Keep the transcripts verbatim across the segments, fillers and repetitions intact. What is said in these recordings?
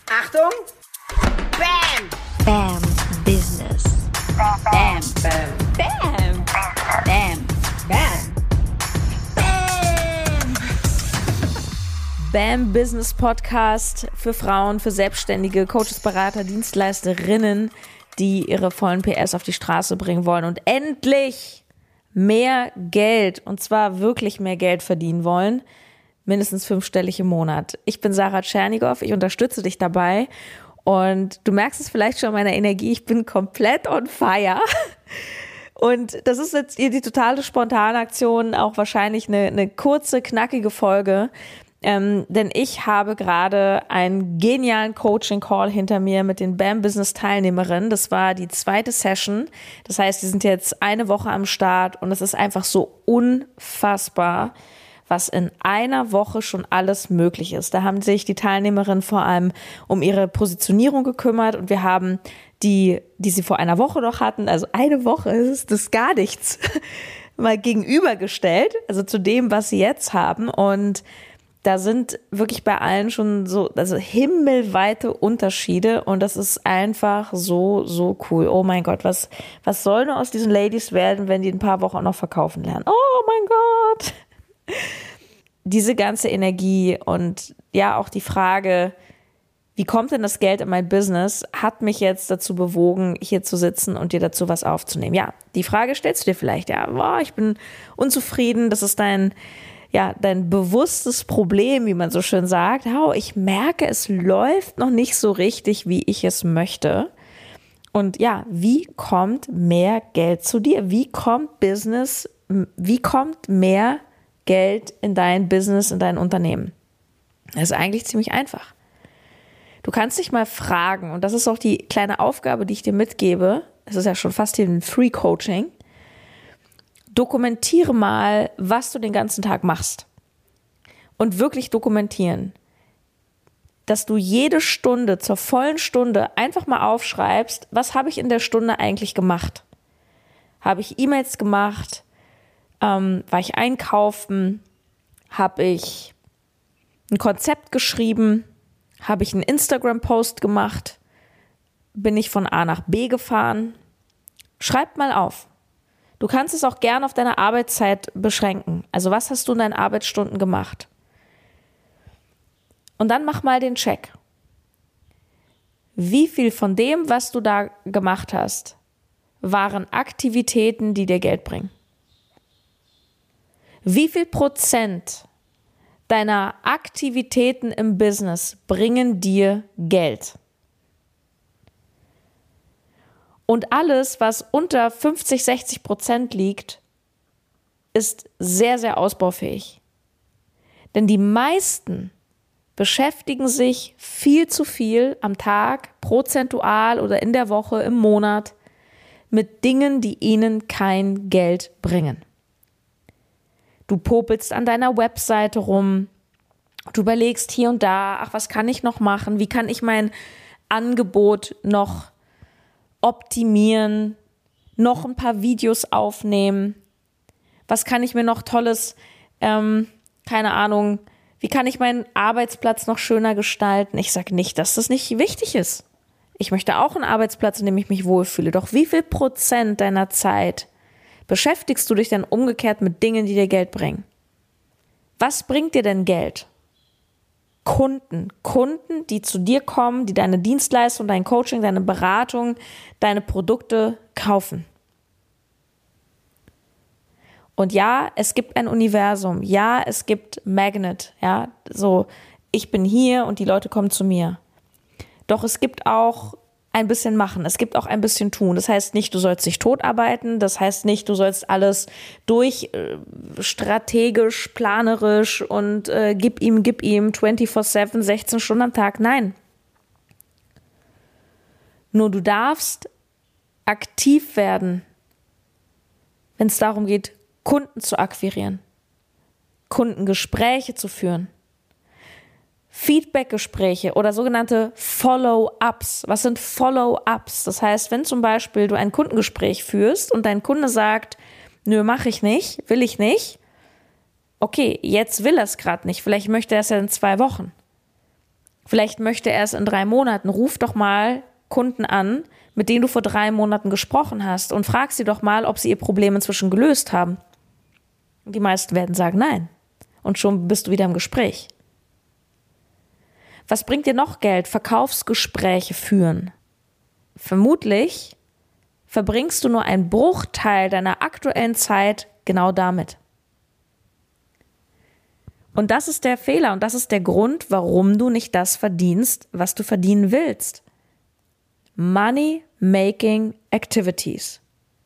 Achtung! Bam! Bam Business. Bam! Bam! Bam. Bam. Bam! Bam! Bam Business Podcast für Frauen, für Selbstständige, Coaches, Berater, Dienstleisterinnen, die ihre vollen P S auf die Straße bringen wollen und endlich mehr Geld, und zwar wirklich mehr Geld verdienen wollen, mindestens fünfstellig im Monat. Ich bin Sarah Tschernigow, ich unterstütze dich dabei und du merkst es vielleicht schon an meiner Energie, ich bin komplett on fire. Und das ist jetzt hier die totale spontane Aktion, auch wahrscheinlich eine, eine kurze, knackige Folge. Ähm, denn ich habe gerade einen genialen Coaching-Call hinter mir mit den Bam-Business-Teilnehmerinnen. Das war die zweite Session. Das heißt, die sind jetzt eine Woche am Start und es ist einfach so unfassbar, was in einer Woche schon alles möglich ist. Da haben sich die Teilnehmerinnen vor allem um ihre Positionierung gekümmert und wir haben die, die sie vor einer Woche noch hatten, also eine Woche ist das gar nichts, mal gegenübergestellt, also zu dem, was sie jetzt haben. Und da sind wirklich bei allen schon so, also himmelweite Unterschiede und das ist einfach so, so cool. Oh mein Gott, was, was soll nur aus diesen Ladies werden, wenn die ein paar Wochen auch noch verkaufen lernen? Oh mein Gott! Diese ganze Energie und ja auch die Frage, wie kommt denn das Geld in mein Business, hat mich jetzt dazu bewogen, hier zu sitzen und dir dazu was aufzunehmen. Ja, die Frage stellst du dir vielleicht, ja, boah, ich bin unzufrieden, das ist dein ja, dein bewusstes Problem, wie man so schön sagt. Oh, ich merke, es läuft noch nicht so richtig, wie ich es möchte. Und ja, wie kommt mehr Geld zu dir? Wie kommt Business, wie kommt mehr Geld in dein Business, in dein Unternehmen? Das ist eigentlich ziemlich einfach. Du kannst dich mal fragen, und das ist auch die kleine Aufgabe, die ich dir mitgebe. Es ist ja schon fast hier ein Free Coaching. Dokumentiere mal, was du den ganzen Tag machst. Und wirklich dokumentieren. Dass du jede Stunde, zur vollen Stunde, einfach mal aufschreibst, was habe ich in der Stunde eigentlich gemacht? Habe ich E-Mails gemacht? Ähm, war ich einkaufen? Habe ich ein Konzept geschrieben? Habe ich einen Instagram-Post gemacht? Bin ich von A nach B gefahren? Schreib mal auf. Du kannst es auch gerne auf deine Arbeitszeit beschränken. Also was hast du in deinen Arbeitsstunden gemacht? Und dann mach mal den Check. Wie viel von dem, was du da gemacht hast, waren Aktivitäten, die dir Geld bringen? Wie viel Prozent deiner Aktivitäten im Business bringen dir Geld? Und alles, was unter fünfzig, sechzig Prozent liegt, ist sehr, sehr ausbaufähig. Denn die meisten beschäftigen sich viel zu viel am Tag, prozentual oder in der Woche, im Monat, mit Dingen, die ihnen kein Geld bringen. Du popelst an deiner Webseite rum, du überlegst hier und da, ach, was kann ich noch machen, wie kann ich mein Angebot noch optimieren, noch ein paar Videos aufnehmen, was kann ich mir noch Tolles, ähm, keine Ahnung, wie kann ich meinen Arbeitsplatz noch schöner gestalten? Ich sage nicht, dass das nicht wichtig ist. Ich möchte auch einen Arbeitsplatz, in dem ich mich wohlfühle. Doch wie viel Prozent deiner Zeit beschäftigst du dich dann umgekehrt mit Dingen, die dir Geld bringen? Was bringt dir denn Geld? Kunden, Kunden, die zu dir kommen, die deine Dienstleistung, dein Coaching, deine Beratung, deine Produkte kaufen. Und ja, es gibt ein Universum, ja, es gibt Magnet, ja, so, ich bin hier und die Leute kommen zu mir. Doch es gibt auch ein bisschen machen, es gibt auch ein bisschen tun. Das heißt nicht, du sollst dich totarbeiten, das heißt nicht, du sollst alles durch äh, strategisch, planerisch und äh, gib ihm, gib ihm vierundzwanzig sieben, sechzehn Stunden am Tag. Nein. Nur du darfst aktiv werden, wenn es darum geht, Kunden zu akquirieren, Kundengespräche zu führen, Feedbackgespräche oder sogenannte Follow-ups. Was sind Follow-ups? Das heißt, wenn zum Beispiel du ein Kundengespräch führst und dein Kunde sagt, nö, mache ich nicht, will ich nicht. Okay, jetzt will er es gerade nicht. Vielleicht möchte er es ja in zwei Wochen. Vielleicht möchte er es in drei Monaten. Ruf doch mal Kunden an, mit denen du vor drei Monaten gesprochen hast und frag sie doch mal, ob sie ihr Problem inzwischen gelöst haben. Und die meisten werden sagen nein. Und schon bist du wieder im Gespräch. Was bringt dir noch Geld? Verkaufsgespräche führen. Vermutlich verbringst du nur einen Bruchteil deiner aktuellen Zeit genau damit. Und das ist der Fehler und das ist der Grund, warum du nicht das verdienst, was du verdienen willst. Money-making activities.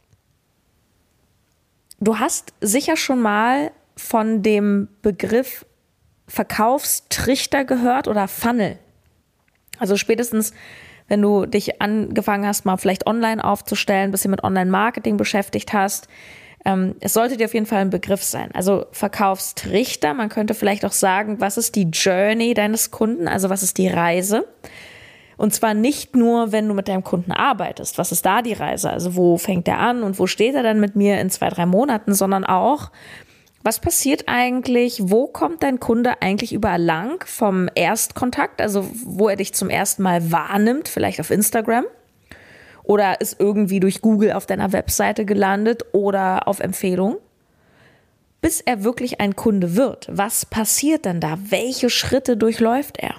Du hast sicher schon mal von dem Begriff Verkaufstrichter gehört oder Funnel. Also spätestens, wenn du dich angefangen hast, mal vielleicht online aufzustellen, ein bisschen mit Online-Marketing beschäftigt hast. Ähm, es sollte dir auf jeden Fall ein Begriff sein. Also Verkaufstrichter, man könnte vielleicht auch sagen, was ist die Journey deines Kunden, also was ist die Reise? Und zwar nicht nur, wenn du mit deinem Kunden arbeitest, was ist da die Reise? Also wo fängt er an und wo steht er dann mit mir in zwei, drei Monaten, sondern auch, was passiert eigentlich, wo kommt dein Kunde eigentlich überall lang vom Erstkontakt, also wo er dich zum ersten Mal wahrnimmt, vielleicht auf Instagram oder ist irgendwie durch Google auf deiner Webseite gelandet oder auf Empfehlung, bis er wirklich ein Kunde wird. Was passiert denn da? Welche Schritte durchläuft er?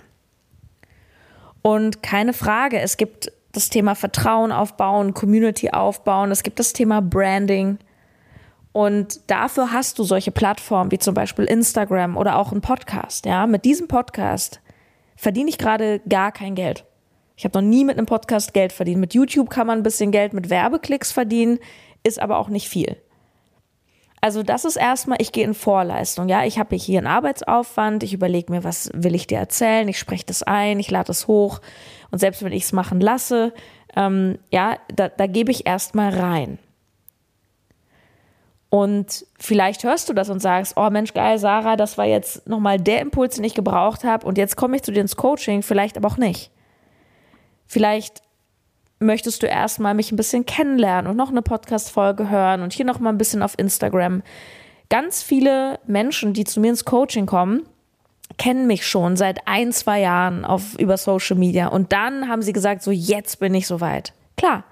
Und keine Frage, es gibt das Thema Vertrauen aufbauen, Community aufbauen, es gibt das Thema Branding. Und dafür hast du solche Plattformen wie zum Beispiel Instagram oder auch einen Podcast. Ja, mit diesem Podcast verdiene ich gerade gar kein Geld. Ich habe noch nie mit einem Podcast Geld verdient. Mit YouTube kann man ein bisschen Geld mit Werbeklicks verdienen, ist aber auch nicht viel. Also das ist erstmal, ich gehe in Vorleistung. Ja, ich habe hier einen Arbeitsaufwand, ich überlege mir, was will ich dir erzählen, ich spreche das ein, ich lade es hoch und selbst wenn ich es machen lasse, ähm, ja, da, da gebe ich erstmal rein. Und vielleicht hörst du das und sagst, oh Mensch, geil, Sarah, das war jetzt nochmal der Impuls, den ich gebraucht habe und jetzt komme ich zu dir ins Coaching, vielleicht aber auch nicht. Vielleicht möchtest du erstmal mich ein bisschen kennenlernen und noch eine Podcast-Folge hören und hier nochmal ein bisschen auf Instagram. Ganz viele Menschen, die zu mir ins Coaching kommen, kennen mich schon seit ein, zwei Jahren auf, über Social Media und dann haben sie gesagt, so jetzt bin ich soweit. Klar.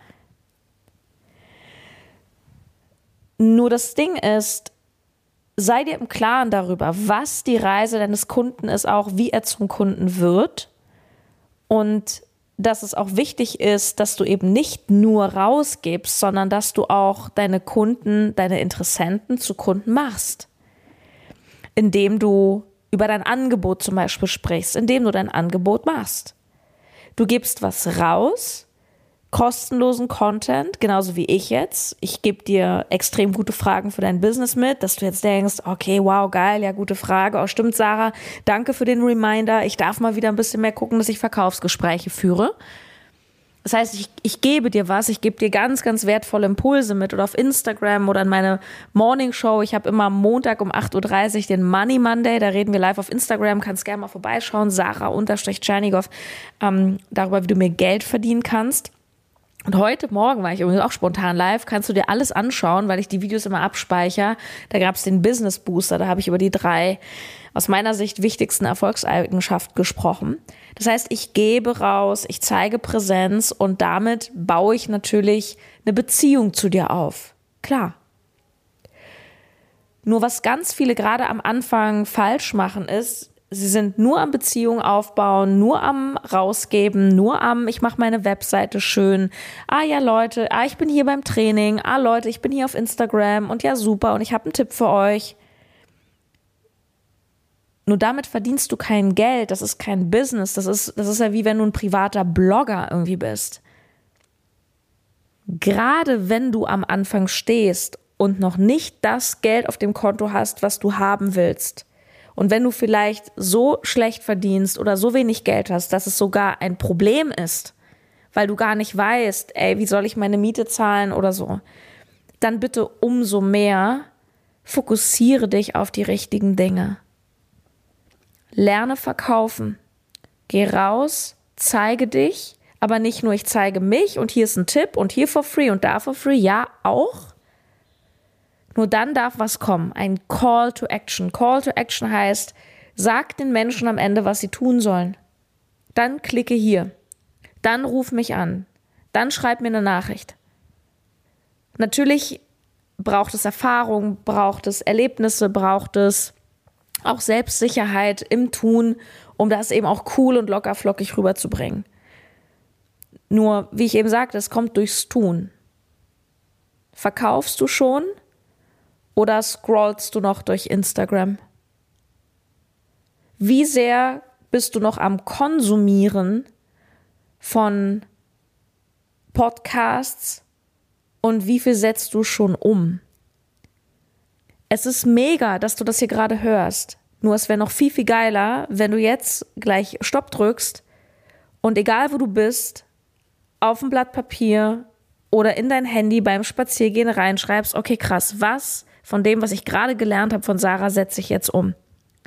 Nur das Ding ist, sei dir im Klaren darüber, was die Reise deines Kunden ist, auch wie er zum Kunden wird und dass es auch wichtig ist, dass du eben nicht nur rausgibst, sondern dass du auch deine Kunden, deine Interessenten zu Kunden machst, indem du über dein Angebot zum Beispiel sprichst, indem du dein Angebot machst. Du gibst was raus, kostenlosen Content, genauso wie ich jetzt. Ich gebe dir extrem gute Fragen für dein Business mit, dass du jetzt denkst, okay, wow, geil, ja, gute Frage. Oh, stimmt, Sarah, danke für den Reminder. Ich darf mal wieder ein bisschen mehr gucken, dass ich Verkaufsgespräche führe. Das heißt, ich, ich gebe dir was, ich gebe dir ganz, ganz wertvolle Impulse mit oder auf Instagram oder in meine Morning Show. Ich habe immer am Montag um acht Uhr dreißig den Money Monday, da reden wir live auf Instagram, kannst gerne mal vorbeischauen, Sarah-Tschernigow, ähm, darüber, wie du mir Geld verdienen kannst. Und heute Morgen war ich übrigens auch spontan live, kannst du dir alles anschauen, weil ich die Videos immer abspeichere. Da gab es den Business Booster, da habe ich über die drei aus meiner Sicht wichtigsten Erfolgseigenschaften gesprochen. Das heißt, ich gebe raus, ich zeige Präsenz und damit baue ich natürlich eine Beziehung zu dir auf. Klar. Nur was ganz viele gerade am Anfang falsch machen ist, sie sind nur am Beziehung aufbauen, nur am rausgeben, nur am, ich mache meine Webseite schön. Ah ja, Leute, ah, ich bin hier beim Training. Ah, Leute, ich bin hier auf Instagram und ja, super und ich habe einen Tipp für euch. Nur damit verdienst du kein Geld, das ist kein Business, das ist, das ist ja wie wenn du ein privater Blogger irgendwie bist. Gerade wenn du am Anfang stehst und noch nicht das Geld auf dem Konto hast, was du haben willst, und wenn du vielleicht so schlecht verdienst oder so wenig Geld hast, dass es sogar ein Problem ist, weil du gar nicht weißt, ey, wie soll ich meine Miete zahlen oder so, dann bitte umso mehr fokussiere dich auf die richtigen Dinge. Lerne verkaufen. Geh raus, zeige dich, aber nicht nur ich zeige mich und hier ist ein Tipp und hier for free und da for free, ja auch. Nur dann darf was kommen, ein Call to Action. Call to Action heißt, sag den Menschen am Ende, was sie tun sollen. dann klicke hier, dann ruf mich an, dann schreib mir eine Nachricht. Natürlich braucht es Erfahrung, braucht es Erlebnisse, braucht es auch Selbstsicherheit im Tun, um das eben auch cool und locker flockig rüberzubringen. Nur, wie ich eben sagte, es kommt durchs Tun. Verkaufst du schon oder scrollst du noch durch Instagram? Wie sehr bist du noch am Konsumieren von Podcasts und wie viel setzt du schon um? Es ist mega, dass du das hier gerade hörst. Nur es wäre noch viel, viel geiler, wenn du jetzt gleich Stopp drückst und egal wo du bist, auf ein Blatt Papier oder in dein Handy beim Spaziergehen reinschreibst, okay krass, was von dem, was ich gerade gelernt habe von Sarah, setze ich jetzt um?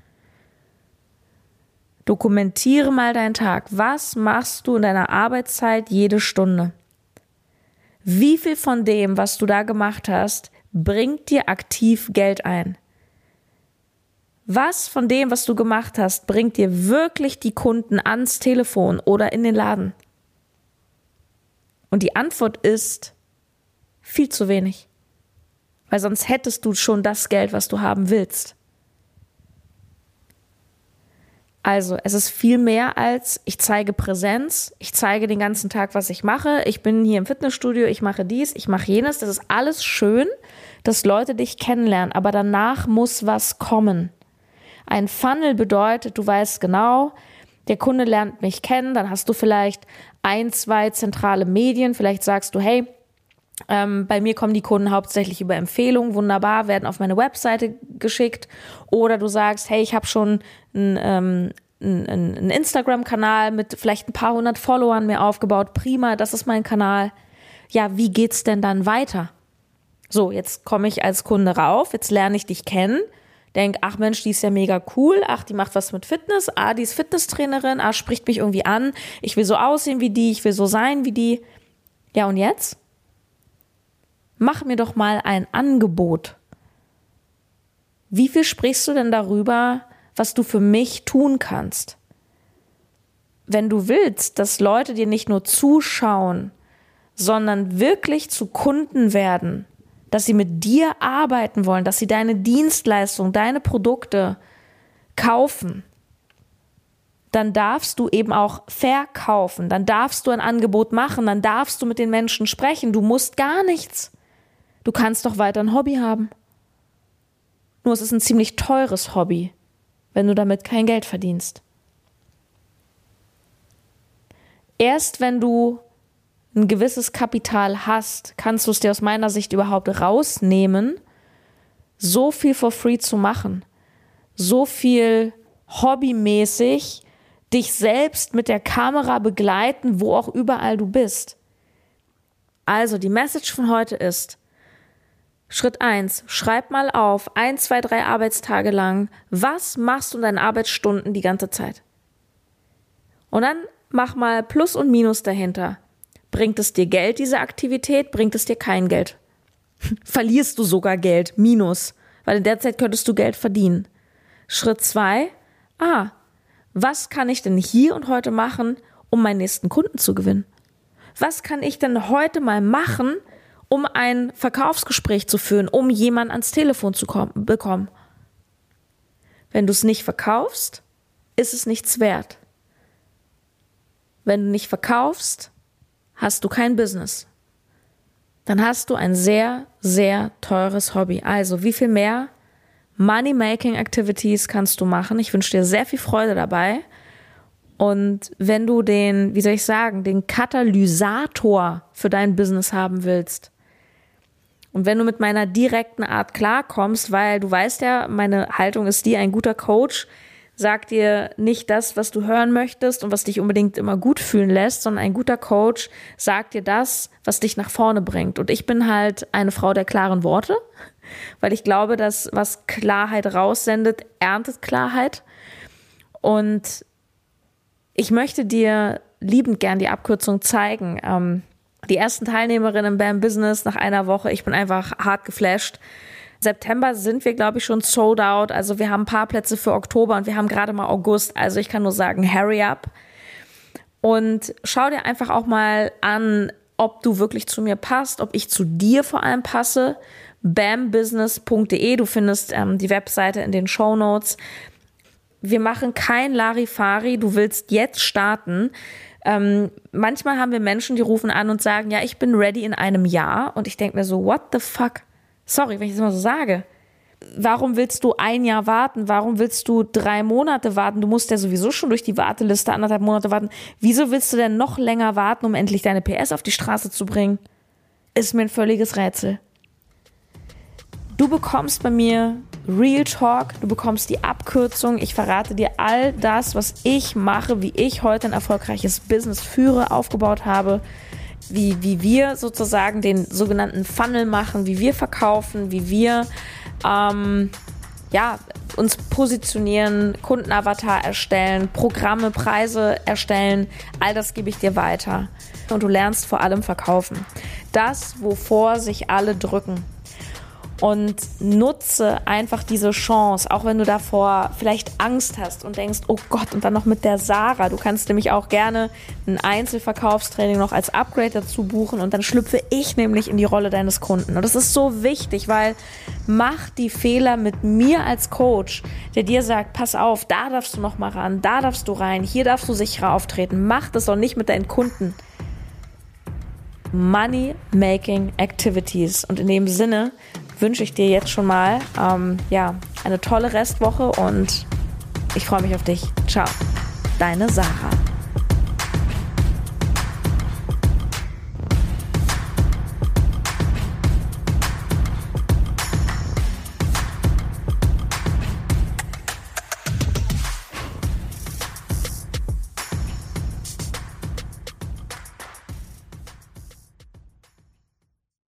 Dokumentiere mal deinen Tag. Was machst du in deiner Arbeitszeit jede Stunde? Wie viel von dem, was du da gemacht hast, bringt dir aktiv Geld ein? Was von dem, was du gemacht hast, bringt dir wirklich die Kunden ans Telefon oder in den Laden? Und die Antwort ist viel zu wenig. Weil sonst hättest du schon das Geld, was du haben willst. Also, es ist viel mehr als, ich zeige Präsenz, ich zeige den ganzen Tag, was ich mache, ich bin hier im Fitnessstudio, ich mache dies, ich mache jenes. Das ist alles schön, dass Leute dich kennenlernen, aber danach muss was kommen. Ein Funnel bedeutet, du weißt genau, der Kunde lernt mich kennen, dann hast du vielleicht ein, zwei zentrale Medien, vielleicht sagst du, hey, Ähm, bei mir kommen die Kunden hauptsächlich über Empfehlungen, wunderbar, werden auf meine Webseite geschickt. Oder du sagst, hey, ich habe schon einen, ähm, einen, einen Instagram-Kanal mit vielleicht ein paar hundert Followern mir aufgebaut. Prima, das ist mein Kanal. Ja, wie geht's denn dann weiter? So, jetzt komme ich als Kunde rauf, jetzt lerne ich dich kennen. Denk, ach Mensch, die ist ja mega cool. Ach, die macht was mit Fitness. Ah, die ist Fitnesstrainerin. Ah, spricht mich irgendwie an. Ich will so aussehen wie die, ich will so sein wie die. Ja, und jetzt? Mach mir doch mal ein Angebot. Wie viel sprichst du denn darüber, was du für mich tun kannst? Wenn du willst, dass Leute dir nicht nur zuschauen, sondern wirklich zu Kunden werden, dass sie mit dir arbeiten wollen, dass sie deine Dienstleistung, deine Produkte kaufen, dann darfst du eben auch verkaufen, dann darfst du ein Angebot machen, dann darfst du mit den Menschen sprechen, du musst gar nichts. Du kannst doch weiter ein Hobby haben. Nur es ist ein ziemlich teures Hobby, wenn du damit kein Geld verdienst. Erst wenn du ein gewisses Kapital hast, kannst du es dir aus meiner Sicht überhaupt rausnehmen, so viel for free zu machen, so viel hobbymäßig dich selbst mit der Kamera begleiten, wo auch überall du bist. Also die Message von heute ist, Schritt eins, schreib mal auf, ein, zwei, drei Arbeitstage lang, was machst du in deinen Arbeitsstunden die ganze Zeit? Und dann mach mal Plus und Minus dahinter. Bringt es dir Geld, diese Aktivität? Bringt es dir kein Geld? Verlierst du sogar Geld, Minus, weil in der Zeit könntest du Geld verdienen. Schritt zwei, ah, was kann ich denn hier und heute machen, um meinen nächsten Kunden zu gewinnen? Was kann ich denn heute mal machen, um ein Verkaufsgespräch zu führen, um jemanden ans Telefon zu kommen, bekommen? Wenn du es nicht verkaufst, ist es nichts wert. Wenn du nicht verkaufst, hast du kein Business. Dann hast du ein sehr, sehr teures Hobby. Also, wie viel mehr Money-Making-Activities kannst du machen? Ich wünsche dir sehr viel Freude dabei. Und wenn du den, wie soll ich sagen, den Katalysator für dein Business haben willst, und wenn du mit meiner direkten Art klarkommst, weil du weißt ja, meine Haltung ist die, ein guter Coach sagt dir nicht das, was du hören möchtest und was dich unbedingt immer gut fühlen lässt, sondern ein guter Coach sagt dir das, was dich nach vorne bringt. Und ich bin halt eine Frau der klaren Worte, weil ich glaube, dass was Klarheit raussendet, erntet Klarheit. Und ich möchte dir liebend gern die Abkürzung zeigen. Ähm, die ersten Teilnehmerinnen im B A M Business nach einer Woche, ich bin einfach hart geflasht. September sind wir, glaube ich, schon sold out. Also wir haben ein paar Plätze für Oktober und wir haben gerade mal August. Also ich kann nur sagen, hurry up. Und schau dir einfach auch mal an, ob du wirklich zu mir passt, ob ich zu dir vor allem passe. bam business punkt de, du findest ähm, die Webseite in den Shownotes. Wir machen kein Larifari, du willst jetzt starten. Ähm, manchmal haben wir Menschen, die rufen an und sagen, ja, ich bin ready in einem Jahr. Und ich denke mir so, what the fuck? Sorry, wenn ich das mal so sage. Warum willst du ein Jahr warten? Warum willst du drei Monate warten? Du musst ja sowieso schon durch die Warteliste anderthalb Monate warten. Wieso willst du denn noch länger warten, um endlich deine P S auf die Straße zu bringen? Ist mir ein völliges Rätsel. Du bekommst bei mir Real Talk, du bekommst die Abkürzung. Ich verrate dir all das, was ich mache, wie ich heute ein erfolgreiches Business führe, aufgebaut habe, wie, wie wir sozusagen den sogenannten Funnel machen, wie wir verkaufen, wie wir ähm, ja, uns positionieren, Kundenavatar erstellen, Programme, Preise erstellen. All das gebe ich dir weiter. Und du lernst vor allem verkaufen. Das, wovor sich alle drücken. Und nutze einfach diese Chance, auch wenn du davor vielleicht Angst hast und denkst, oh Gott, und dann noch mit der Sarah. Du kannst nämlich auch gerne ein Einzelverkaufstraining noch als Upgrade dazu buchen und dann schlüpfe ich nämlich in die Rolle deines Kunden. Und das ist so wichtig, weil mach die Fehler mit mir als Coach, der dir sagt, pass auf, da darfst du noch mal ran, da darfst du rein, hier darfst du sicherer auftreten. Mach das auch nicht mit deinen Kunden. Money-Making Activities. Und in dem Sinne wünsche ich dir jetzt schon mal ähm, ja, eine tolle Restwoche und ich freue mich auf dich. Ciao, deine Sarah.